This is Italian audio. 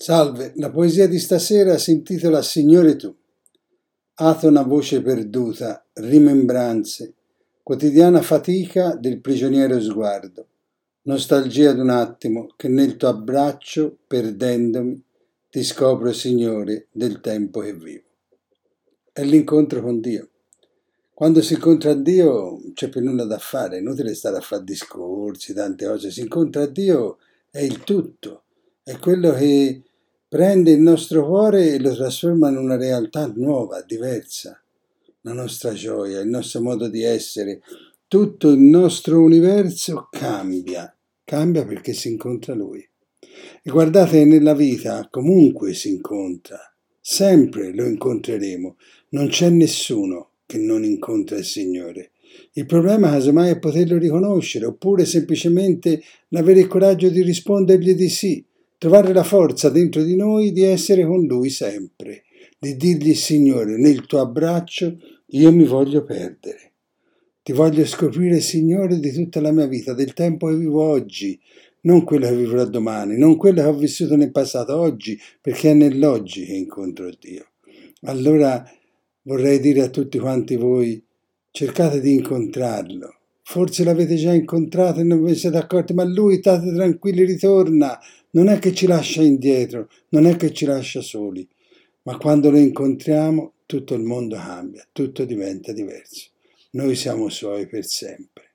Salve, la poesia di stasera si intitola Signore tu. Atona voce perduta, rimembranze, quotidiana fatica del prigioniero sguardo, nostalgia d'un attimo che nel tuo abbraccio, perdendomi, ti scopro, Signore, del tempo che vivo. È l'incontro con Dio. Quando si incontra Dio non c'è più nulla da fare, è inutile stare a fare discorsi, tante cose. Si incontra Dio, è il tutto, è quello che prende il nostro cuore e lo trasforma in una realtà nuova, diversa. La nostra gioia, il nostro modo di essere, tutto il nostro universo cambia perché si incontra Lui. E guardate, nella vita comunque si incontra, sempre lo incontreremo, non c'è nessuno che non incontra il Signore. Il problema casomai è poterlo riconoscere, oppure semplicemente avere il coraggio di rispondergli di sì, trovare la forza dentro di noi di essere con Lui sempre, di dirgli Signore, nel tuo abbraccio io mi voglio perdere. Ti voglio scoprire, Signore, di tutta la mia vita, del tempo che vivo oggi, non quello che vivrò domani, non quello che ho vissuto nel passato, oggi, perché è nell'oggi che incontro Dio. Allora vorrei dire a tutti quanti voi, cercate di incontrarlo. Forse l'avete già incontrato e non vi siete accorti, ma Lui, state tranquilli, ritorna. Non è che ci lascia indietro, non è che ci lascia soli, ma quando lo incontriamo tutto il mondo cambia, tutto diventa diverso. Noi siamo Suoi per sempre.